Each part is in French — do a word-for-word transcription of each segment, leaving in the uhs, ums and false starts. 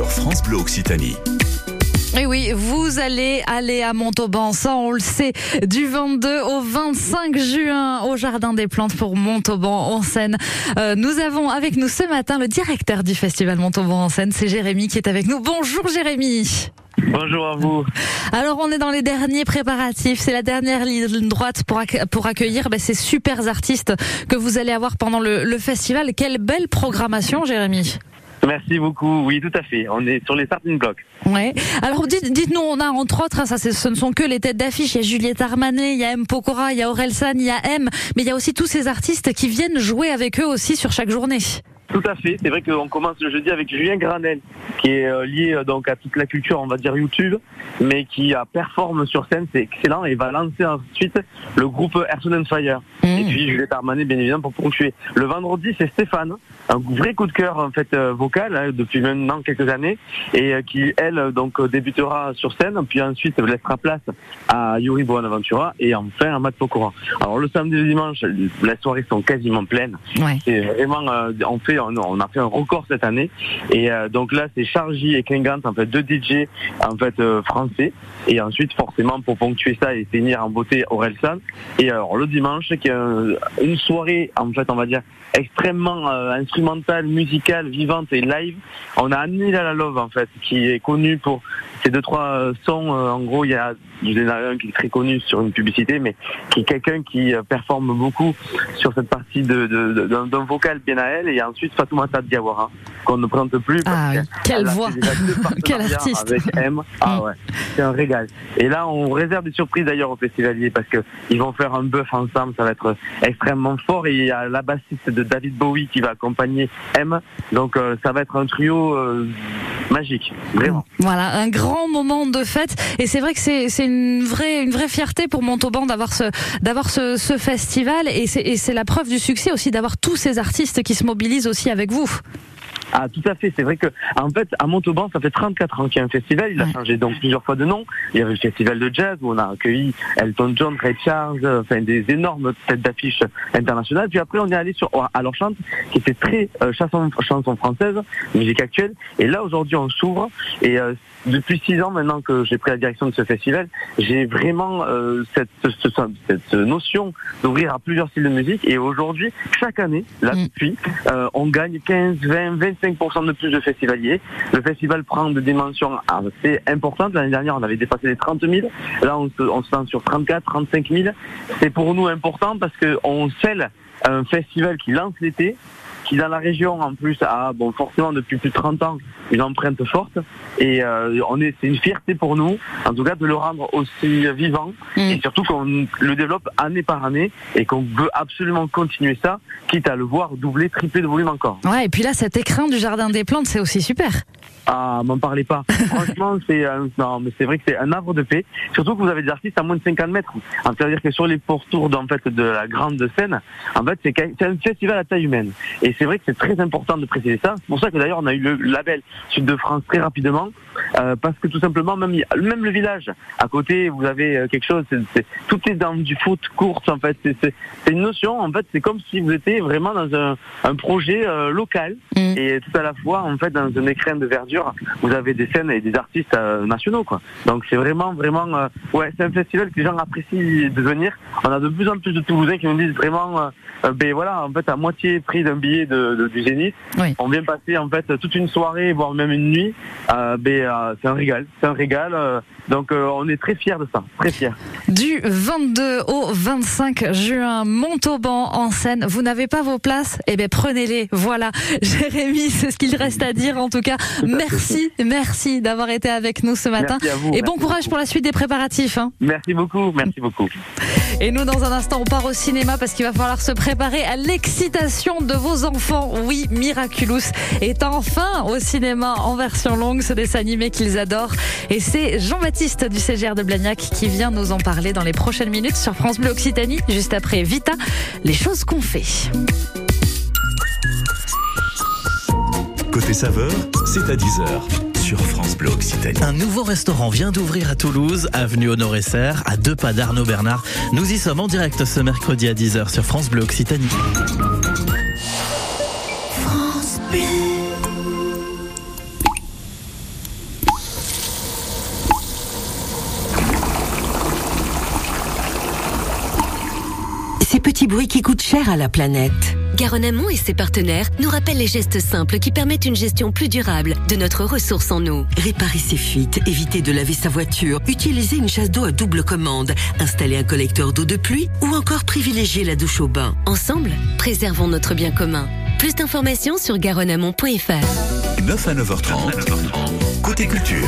France Bleu Occitanie. Et oui, vous allez aller à Montauban, ça on le sait, du vingt-deux au vingt-cinq juin au Jardin des Plantes pour Montauban en scène. Euh, nous avons avec nous ce matin le directeur du festival Montauban en scène, c'est Jérémy qui est avec nous. Bonjour Jérémy. Bonjour à vous. Alors on est dans les derniers préparatifs, c'est la dernière ligne droite pour, acc- pour accueillir bah, ces super artistes que vous allez avoir pendant le, le festival. Quelle belle programmation Jérémy. Merci beaucoup, oui tout à fait, on est sur les starting blocks. Ouais. Alors dites, dites-nous, on a entre autres, hein, ça c'est, ce ne sont que les têtes d'affiche, il y a Juliette Armanet, il y a M. Pokora, il y a Orelsan, il y a M, mais il y a aussi tous ces artistes qui viennent jouer avec eux aussi sur chaque journée. Tout à fait, c'est vrai qu'on commence le jeudi avec Julien Granel, qui est euh, lié euh, donc à toute la culture, on va dire YouTube, mais qui a performe sur scène, c'est excellent, et va lancer ensuite le groupe Earth and Fire. Mmh. Et puis Juliette Armanet, bien évidemment, pour ponctuer. Le vendredi, c'est Stéphane, un vrai coup de cœur en fait euh, vocal hein, depuis maintenant quelques années, et euh, qui elle donc euh, débutera sur scène, puis ensuite laissera place à Yuri Bonaventura et enfin à Matt Pokora. Alors le samedi et le dimanche, les soirées sont quasiment pleines. Ouais. C'est vraiment, euh, on fait on a fait un record cette année et euh, donc là c'est Chargy et Klingant en fait deux D J en fait euh, français et ensuite forcément pour ponctuer ça et finir en beauté Orelsan et alors le dimanche qui est un, une soirée en fait on va dire extrêmement euh, instrumentale, musicale, vivante et live. On a Annie Lalalove en fait qui est connue pour ces deux trois euh, sons euh, en gros il y a il y en a un qui est très connu sur une publicité mais qui est quelqu'un qui euh, performe beaucoup sur cette partie de, de, de, d'un, d'un vocal bien à elle et ensuite Fatoumata Diawara qu'on ne présente plus parce ah, quelle voix, quel artiste avec M. Ah ouais, c'est un régal. Et là on réserve des surprises d'ailleurs aux festivaliers parce que ils vont faire un bœuf ensemble, ça va être extrêmement fort et il y a la bassiste de David Bowie qui va accompagner M, donc euh, ça va être un trio euh, magique, vraiment. Voilà, un grand moment de fête et c'est vrai que c'est, c'est une vraie, une vraie fierté pour Montauban d'avoir ce, d'avoir ce, ce festival et c'est, et c'est la preuve du succès aussi d'avoir tous ces artistes qui se mobilisent aussi avec vous. Ah tout à fait, c'est vrai que en fait à Montauban ça fait trente-quatre ans qu'il y a un festival, il a changé donc plusieurs fois de nom. Il y avait le festival de jazz où on a accueilli Elton John, Ray Charles, enfin des énormes têtes d'affiche internationales. Puis après on est allé sur à l'Orchante qui était très euh, chanson, chanson française, musique actuelle. Et là aujourd'hui on s'ouvre et euh, depuis six ans maintenant que j'ai pris la direction de ce festival, j'ai vraiment euh, cette, cette, cette notion d'ouvrir à plusieurs styles de musique. Et aujourd'hui chaque année, là depuis, euh, on gagne quinze, vingt, vingt-cinq pour cent de plus de festivaliers. Le festival prend des dimensions assez importantes. L'année dernière, on avait dépassé les trente mille. Là, on se, on se sent sur trente-quatre, trente-cinq mille. C'est pour nous important parce qu'on scelle un festival qui lance l'été, qui dans la région en plus a bon forcément depuis plus de trente ans une empreinte forte et euh, on est c'est une fierté pour nous en tout cas de le rendre aussi vivant mmh. et surtout qu'on le développe année par année et qu'on veut absolument continuer ça quitte à le voir doubler, tripler de volume encore. Ouais et puis là cet écrin du Jardin des Plantes c'est aussi super. Ah, m'en parlez pas. Franchement, c'est euh, non, mais c'est vrai que c'est un havre de paix. Surtout que vous avez des artistes à moins de cinquante mètres. C'est-à-dire que sur les pourtours d'en fait de la grande scène, en fait, c'est, c'est un festival à taille humaine. Et c'est vrai que c'est très important de préciser ça. C'est pour ça que d'ailleurs on a eu le label Sud de France très rapidement, euh, parce que tout simplement même même le village à côté, vous avez quelque chose. C'est, c'est tout est dans du foot course en fait. C'est, c'est, c'est une notion en fait. C'est comme si vous étiez vraiment dans un, un projet euh, local mmh. et tout à la fois en fait dans un écrin de verdure. Vous avez des scènes et des artistes euh, nationaux quoi. Donc c'est vraiment vraiment euh, ouais c'est un festival que les gens apprécient de venir. On a de plus en plus de Toulousains qui nous disent vraiment euh, euh, ben voilà en fait à moitié prix d'un billet de, de, du Zénith. Oui. On vient passer en fait toute une soirée voire même une nuit. Euh, ben euh, c'est un régal, c'est un régal. Euh, donc euh, on est très fiers de ça, très fiers. Du vingt-deux au vingt-cinq juin, Montauban en scène. Vous n'avez pas vos places? Eh ben prenez-les. Voilà, Jérémy, c'est ce qu'il reste à dire en tout cas. Merci, merci d'avoir été avec nous ce matin. Merci à vous, et bon courage beaucoup. Pour la suite des préparatifs. Hein. Merci beaucoup, merci beaucoup. Et nous, dans un instant, on part au cinéma parce qu'il va falloir se préparer à l'excitation de vos enfants. Oui, Miraculous est enfin au cinéma en version longue, ce dessin animé qu'ils adorent. Et c'est Jean-Baptiste du C G R de Blagnac qui vient nous en parler dans les prochaines minutes sur France Bleu Occitanie, juste après Vita, les choses qu'on fait. Côté saveur, c'est à dix heures sur France Bleu Occitanie. Un nouveau restaurant vient d'ouvrir à Toulouse, avenue Honoré-Serre, à deux pas d'Arnaud Bernard. Nous y sommes en direct ce mercredi à dix heures sur France Bleu Occitanie. France Bleu. ces petits bruits qui coûtent cher à la planète. Garonne Amont et ses partenaires nous rappellent les gestes simples qui permettent une gestion plus durable de notre ressource en eau. Réparer ses fuites, éviter de laver sa voiture, utiliser une chasse d'eau à double commande, installer un collecteur d'eau de pluie ou encore privilégier la douche au bain. Ensemble, préservons notre bien commun. Plus d'informations sur garonne amont point f r. neuf à neuf heures trente, côté culture.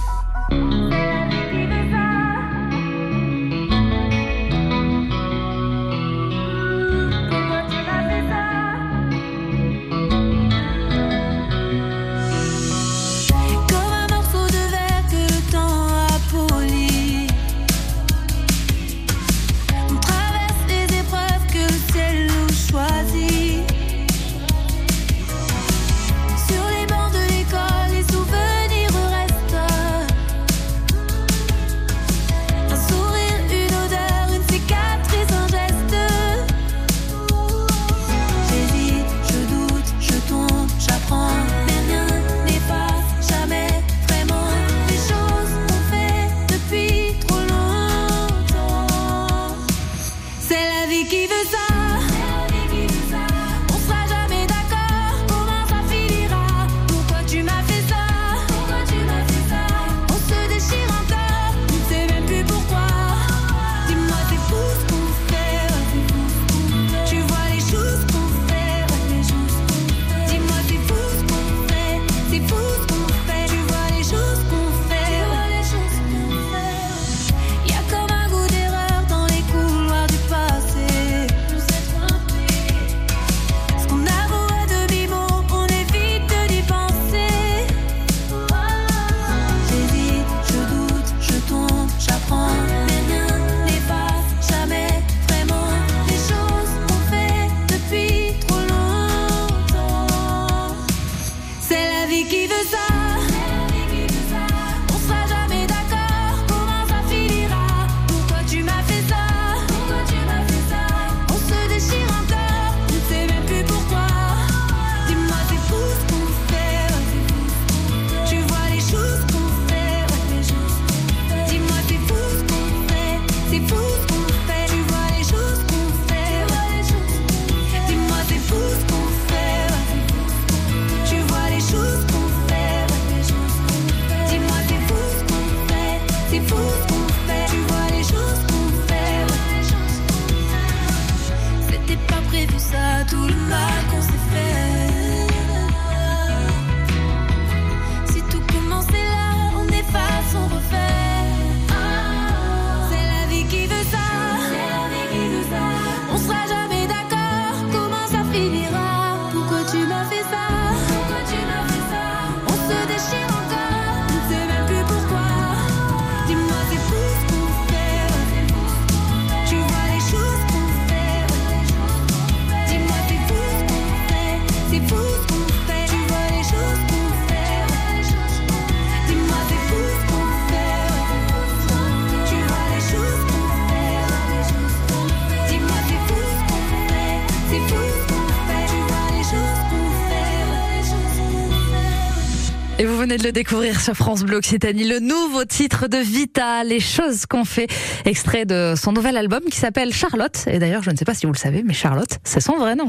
Et vous venez de le découvrir sur France Bleu Occitanie, le nouveau titre de Vita, Les choses qu'on fait, extrait de son nouvel album qui s'appelle Charlotte. Et d'ailleurs, je ne sais pas si vous le savez, mais Charlotte, c'est son vrai nom.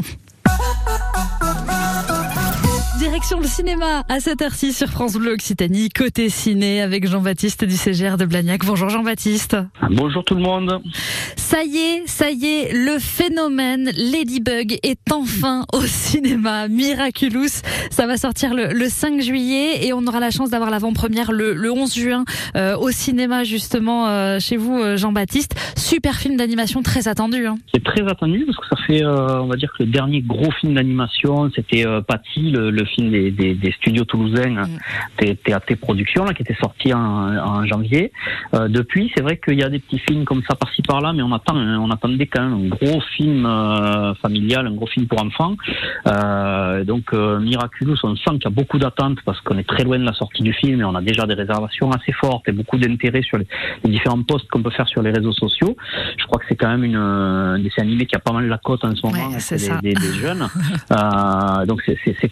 Direction le cinéma à cette heure-ci sur France Bleu Occitanie, côté ciné avec Jean-Baptiste du C G R de Blagnac. Bonjour Jean-Baptiste. Bonjour tout le monde. Ça y est, ça y est, le phénomène Ladybug est enfin au cinéma. Miraculous, ça va sortir le, le cinq juillet et on aura la chance d'avoir l'avant-première le, le onze juin euh, au cinéma justement euh, chez vous euh, Jean-Baptiste. Super film d'animation très attendu. Hein. C'est très attendu parce que ça fait, euh, on va dire que le dernier gros film d'animation, c'était euh, Patty, le, le film des, des, des studios toulousains, mmh. T A T Productions, là, qui était sorti en, en janvier. Euh, depuis, c'est vrai qu'il y a des petits films comme ça par-ci par-là, mais on attend, on attendait quand même un gros film euh, familial, un gros film pour enfants. Euh, donc euh, Miraculous, on sent qu'il y a beaucoup d'attentes parce qu'on est très loin de la sortie du film et on a déjà des réservations assez fortes et beaucoup d'intérêt sur les, les différents posts qu'on peut faire sur les réseaux sociaux. Je crois que c'est quand même une, un dessin animé qui a pas mal la cote en ce moment, ouais, c'est des, ça. Des, des jeunes. euh, donc c'est, c'est, c'est très attendu.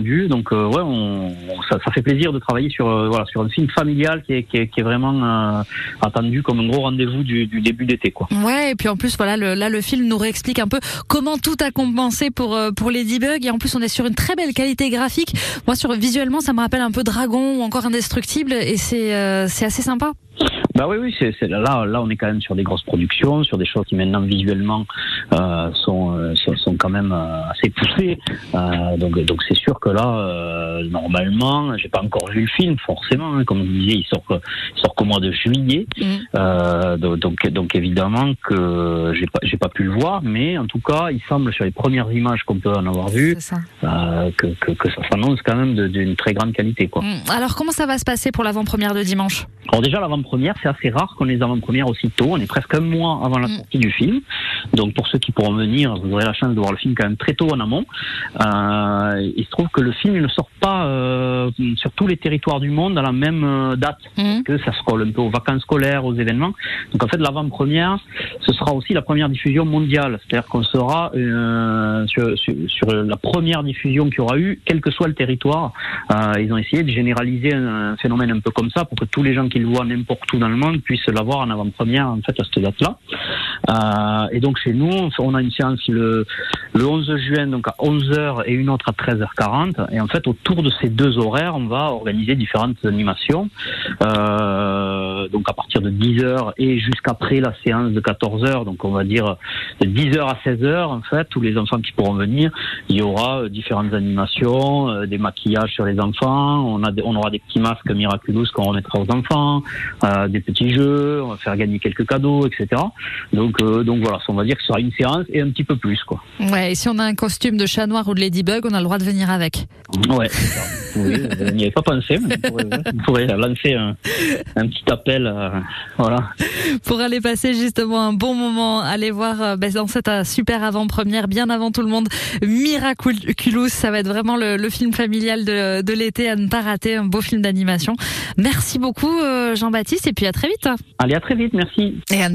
attendu. Donc euh, ouais, on, on, ça, ça fait plaisir de travailler sur euh, voilà sur un film familial qui est qui est, qui est vraiment euh, attendu comme un gros rendez-vous du, du début d'été, quoi. Ouais, et puis en plus voilà, le, là le film nous réexplique un peu comment tout a compensé pour pour Ladybug, et en plus on est sur une très belle qualité graphique. Moi, sur visuellement, ça me rappelle un peu Dragon ou encore Indestructible, et c'est euh, c'est assez sympa. Bah oui, oui, c'est, c'est là, là, on est quand même sur des grosses productions, sur des choses qui maintenant visuellement euh, sont, euh, sont quand même euh, assez poussées. Euh, donc, donc c'est sûr que là, euh, normalement, j'ai pas encore vu le film, forcément. Hein, comme je disais, il sort, il sort qu'au mois de juillet. Mmh. Euh, donc, donc évidemment que j'ai pas, j'ai pas pu le voir, mais en tout cas, il semble sur les premières images qu'on peut en avoir vues euh, que, que, que ça s'annonce quand même de, d'une très grande qualité, quoi. Mmh. Alors, comment ça va se passer pour l'avant-première de dimanche ? Alors déjà, l'avant-première, c'est assez rare qu'on ait les avant-premières aussi tôt. On est presque un mois avant la sortie mmh. du film. Donc pour ceux qui pourront venir, vous aurez la chance de voir le film quand même très tôt en amont. Euh, il se trouve que le film il ne sort pas euh, sur tous les territoires du monde à la même euh, date. Mmh. Parce que ça se colle un peu aux vacances scolaires, aux événements. Donc en fait, l'avant-première, ce sera aussi la première diffusion mondiale. C'est-à-dire qu'on sera euh, sur, sur, sur la première diffusion qu'il y aura eu, quel que soit le territoire. Euh, ils ont essayé de généraliser un, un phénomène un peu comme ça pour que tous les gens qui le voient n'importe où dans le monde puissent l'avoir en avant-première en fait à cette date-là. Euh, et donc chez nous, on a une séance le, le onze juin donc à onze heures et une autre à treize heures quarante. Et en fait, autour de ces deux horaires, on va organiser différentes animations. Euh, donc à partir de dix heures et jusqu'après la séance de quatorze heures, donc on va dire de dix heures à seize heures en fait, tous les enfants qui pourront venir, il y aura différentes animations, euh, des maquillages sur les enfants, on, a des, on aura des petits masques Miraculous qu'on remettra aux enfants, euh, des petits jeux, on va faire gagner quelques cadeaux, et cetera. Donc, euh, donc voilà, on va dire que ce sera une séance et un petit peu plus, quoi. Ouais, et si on a un costume de chat noir ou de Ladybug, on a le droit de venir avec. Ouais, c'est ça. Oui, on n'y avait pas pensé, mais on pourrait, on pourrait lancer un, un petit appel, euh, voilà. Pour aller passer justement un bon moment, aller voir euh, ben, dans cette euh, super avant-première, bien avant tout le monde, Miraculous, ça va être vraiment le, le film familial de, de l'été à ne pas rater, un beau film d'animation. Merci beaucoup euh, Jean-Baptiste, et puis à très vite. Allez, à très vite, merci. Et à